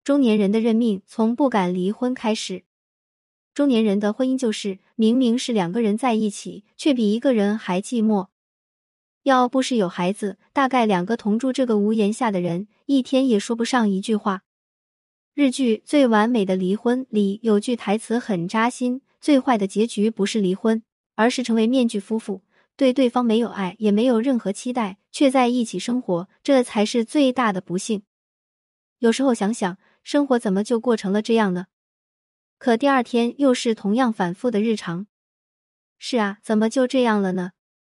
中年人的认命从不敢离婚开始。中年人的婚姻就是明明是两个人在一起，却比一个人还寂寞。要不是有孩子，大概两个同住这个屋檐下的人，一天也说不上一句话。日剧《最完美的离婚》里有句台词很扎心，最坏的结局不是离婚，而是成为面具夫妇，对对方没有爱，也没有任何期待，却在一起生活，这才是最大的不幸。有时候想想，生活怎么就过成了这样呢？可第二天又是同样反复的日常。是啊，怎么就这样了呢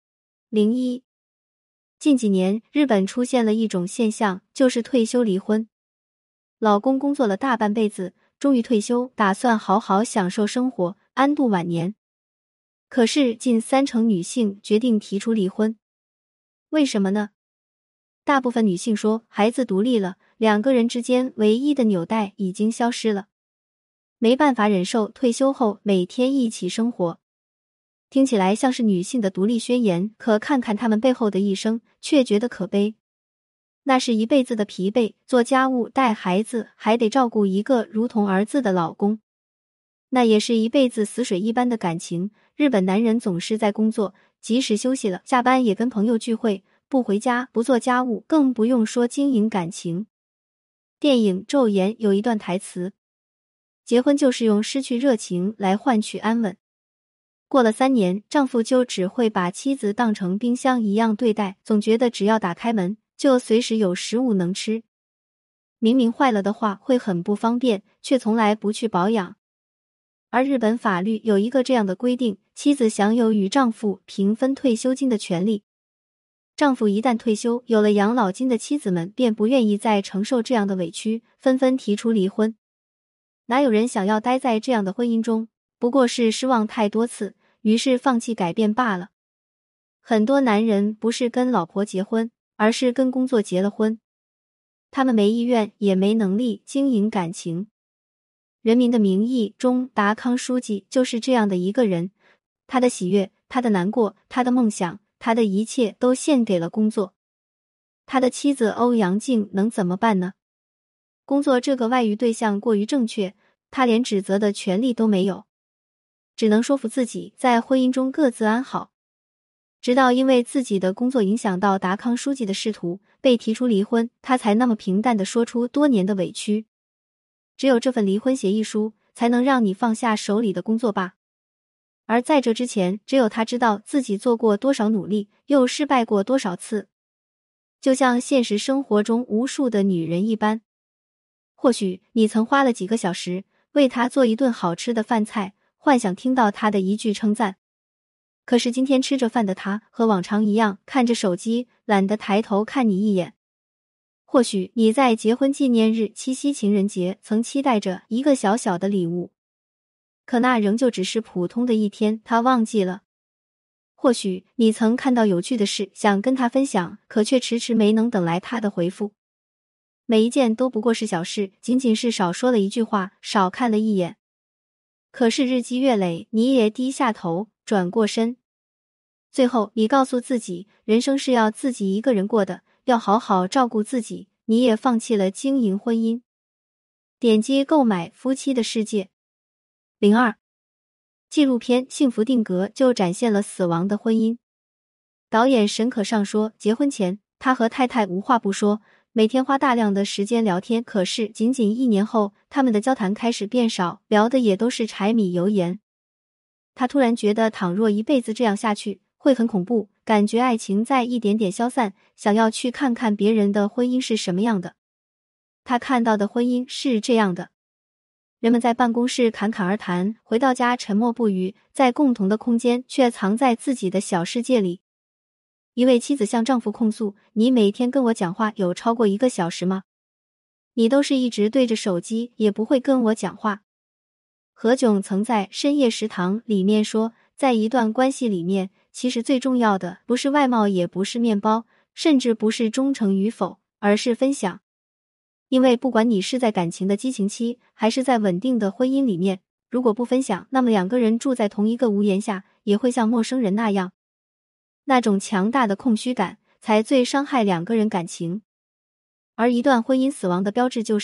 ？01近几年，日本出现了一种现象，就是退休离婚。老公工作了大半辈子，终于退休，打算好好享受生活，安度晚年。可是近30%女性决定提出离婚。为什么呢？大部分女性说，孩子独立了，两个人之间唯一的纽带已经消失了，没办法忍受退休后每天一起生活。听起来像是女性的独立宣言，可看看她们背后的一生，却觉得可悲。那是一辈子的疲惫，做家务、带孩子，还得照顾一个如同儿子的老公。那也是一辈子死水一般的感情。日本男人总是在工作，即使休息了，下班也跟朋友聚会，不回家，不做家务，更不用说经营感情。电影《昼颜》有一段台词：结婚就是用失去热情来换取安稳。过了3年，丈夫就只会把妻子当成冰箱一样对待，总觉得只要打开门，就随时有食物能吃。明明坏了的话会很不方便，却从来不去保养。而日本法律有一个这样的规定，妻子享有与丈夫平分退休金的权利。丈夫一旦退休，有了养老金的妻子们便不愿意再承受这样的委屈，纷纷提出离婚。哪有人想要待在这样的婚姻中？不过是失望太多次，于是放弃改变罢了。很多男人不是跟老婆结婚，而是跟工作结了婚。他们没意愿，也没能力经营感情。人民的名义中，达康书记就是这样的一个人，他的喜悦，他的难过，他的梦想，他的一切都献给了工作。他的妻子欧阳靖能怎么办呢？工作这个外遇对象过于正确，他连指责的权利都没有，只能说服自己在婚姻中各自安好。直到因为自己的工作影响到达康书记的仕途，被提出离婚，他才那么平淡地说出多年的委屈。只有这份离婚协议书，才能让你放下手里的工作吧。而在这之前，只有他知道自己做过多少努力，又失败过多少次。就像现实生活中无数的女人一般，或许你曾花了几个小时为他做一顿好吃的饭菜，幻想听到他的一句称赞。可是今天吃着饭的他，和往常一样看着手机，懒得抬头看你一眼。或许你在结婚纪念日、七夕情人节曾期待着一个小小的礼物，可那仍旧只是普通的一天，他忘记了。或许你曾看到有趣的事，想跟他分享，可却迟迟没能等来他的回复。每一件都不过是小事，仅仅是少说了一句话，少看了一眼。可是日积月累，你也低下头，转过身。最后你告诉自己，人生是要自己一个人过的，要好好照顾自己，你也放弃了经营婚姻。点击购买《夫妻的世界》。02纪录片《幸福定格》就展现了死亡的婚姻。导演沈可尚说，结婚前他和太太无话不说，每天花大量的时间聊天，可是仅仅1年后，他们的交谈开始变少，聊的也都是柴米油盐。他突然觉得，倘若一辈子这样下去，会很恐怖，感觉爱情在一点点消散，想要去看看别人的婚姻是什么样的。他看到的婚姻是这样的。人们在办公室侃侃而谈，回到家沉默不语，在共同的空间却藏在自己的小世界里。一位妻子向丈夫控诉，你每天跟我讲话有超过1个小时吗？你都是一直对着手机，也不会跟我讲话。何炅曾在深夜食堂里面说，在一段关系里面，其实最重要的不是外貌，也不是面包，甚至不是忠诚与否，而是分享。因为不管你是在感情的激情期，还是在稳定的婚姻里面，如果不分享，那么2个人住在同一个屋檐下，也会像陌生人那样。那种强大的空虚感，才最伤害2个人感情。而一段婚姻死亡的标志就是，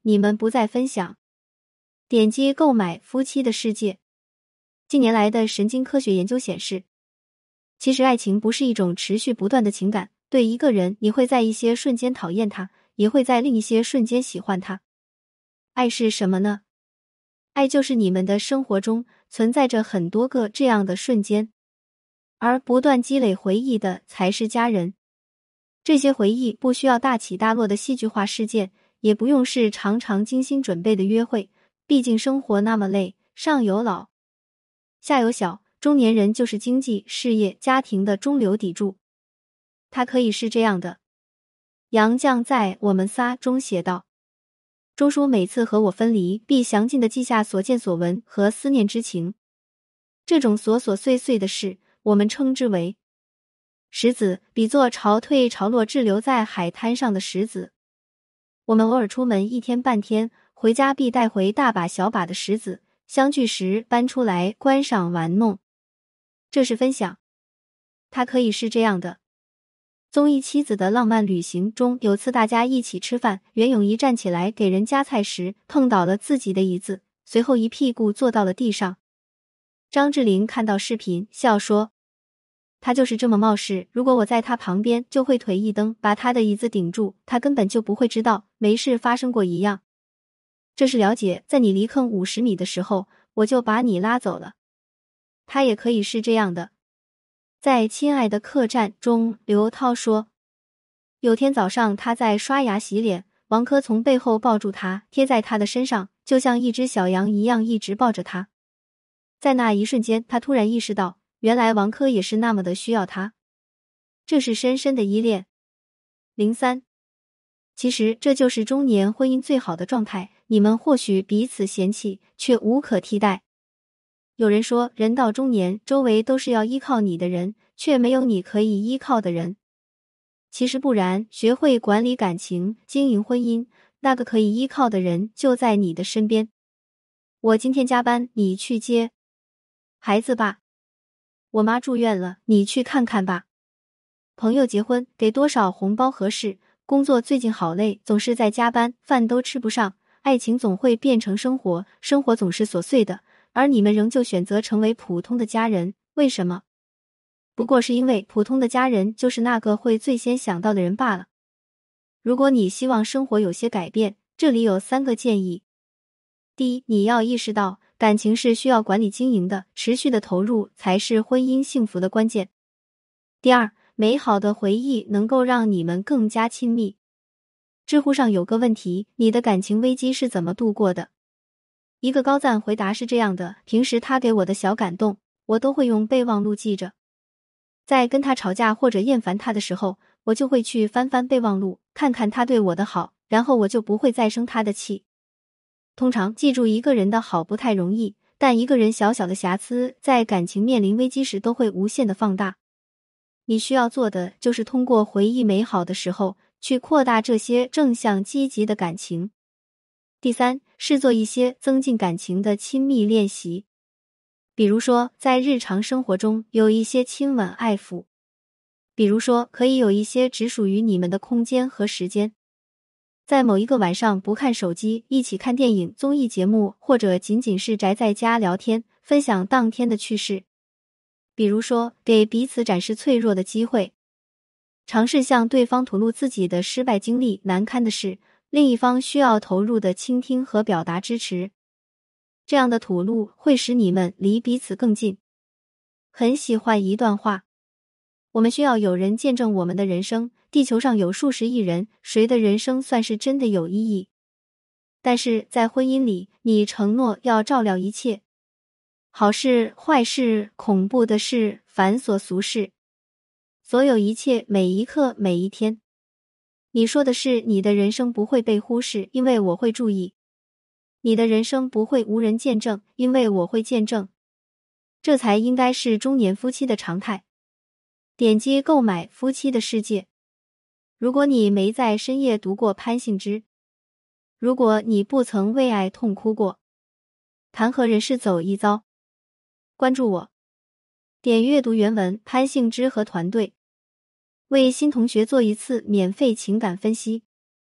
你们不再分享。点击购买《夫妻的世界》。近年来的神经科学研究显示，其实爱情不是一种持续不断的情感，对一个人，你会在一些瞬间讨厌他，也会在另一些瞬间喜欢他。爱是什么呢？爱就是你们的生活中存在着很多个这样的瞬间，而不断积累回忆的才是家人。这些回忆不需要大起大落的戏剧化事件，也不用是常常精心准备的约会，毕竟生活那么累，上有老下有小，中年人就是经济、事业、家庭的中流砥柱。它可以是这样的。杨绛在《我们仨》中写道，钟书每次和我分离，必详尽地记下所见所闻和思念之情。这种琐琐碎碎的事，我们称之为石子，比作潮退潮落滞留在海滩上的石子。我们偶尔出门一天半天，回家必带回大把小把的石子，相聚时搬出来观赏玩弄。这是分享。它可以是这样的。综艺《妻子的浪漫旅行》中，有次大家一起吃饭，袁咏仪站起来给人夹菜时碰倒了自己的椅子，随后一屁股坐到了地上。张智霖看到视频笑说，他就是这么冒失，如果我在他旁边，就会腿一蹬把他的椅子顶住，他根本就不会知道没事发生过一样。这是了解，在你离坑50米的时候，我就把你拉走了。他也可以是这样的。在《亲爱的客栈》中，刘涛说，有天早上他在刷牙洗脸，王珂从背后抱住他，贴在他的身上，就像一只小羊一样一直抱着他。在那一瞬间，他突然意识到，原来王珂也是那么的需要他。这是深深的依恋。03。其实这就是中年婚姻最好的状态，你们或许彼此嫌弃，却无可替代。有人说，人到中年，周围都是要依靠你的人，却没有你可以依靠的人。其实不然，学会管理感情，经营婚姻，那个可以依靠的人就在你的身边。我今天加班，你去接孩子吧。我妈住院了，你去看看吧。朋友结婚，给多少红包合适？工作最近好累，总是在加班，饭都吃不上。爱情总会变成生活，生活总是琐碎的。而你们仍旧选择成为普通的家人，为什么？不过是因为普通的家人就是那个会最先想到的人罢了。如果你希望生活有些改变，这里有3个建议。第一，你要意识到，感情是需要管理经营的，持续的投入才是婚姻幸福的关键。第二，美好的回忆能够让你们更加亲密。知乎上有个问题，你的感情危机是怎么度过的？一个高赞回答是这样的，平时他给我的小感动，我都会用备忘录记着。在跟他吵架或者厌烦他的时候，我就会去翻翻备忘录，看看他对我的好，然后我就不会再生他的气。通常记住一个人的好不太容易，但一个人小小的瑕疵，在感情面临危机时都会无限的放大。你需要做的就是通过回忆美好的时候，去扩大这些正向积极的感情。第三，是做一些增进感情的亲密练习。比如说，在日常生活中有一些亲吻爱抚。比如说，可以有一些只属于你们的空间和时间。在某一个晚上不看手机，一起看电影、综艺节目，或者仅仅是宅在家聊天，分享当天的趣事。比如说，给彼此展示脆弱的机会。尝试向对方吐露自己的失败经历、难堪的事，另一方需要投入的倾听和表达支持。这样的吐露会使你们离彼此更近。很喜欢一段话，我们需要有人见证我们的人生，地球上有数十亿人，谁的人生算是真的有意义？但是在婚姻里，你承诺要照料一切，好事、坏事、恐怖的事、繁琐俗事，所有一切，每一刻，每一天。你说的是你的人生不会被忽视，因为我会注意。你的人生不会无人见证，因为我会见证。这才应该是中年夫妻的常态。点击购买《夫妻的世界》。如果你没在深夜读过潘幸之，如果你不曾为爱痛哭过，谈何人世走一遭？关注我，点阅读原文。潘幸之和团队为新同学做一次免费情感分析。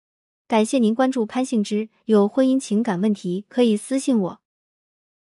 感谢您关注潘幸之，有婚姻情感问题可以私信我。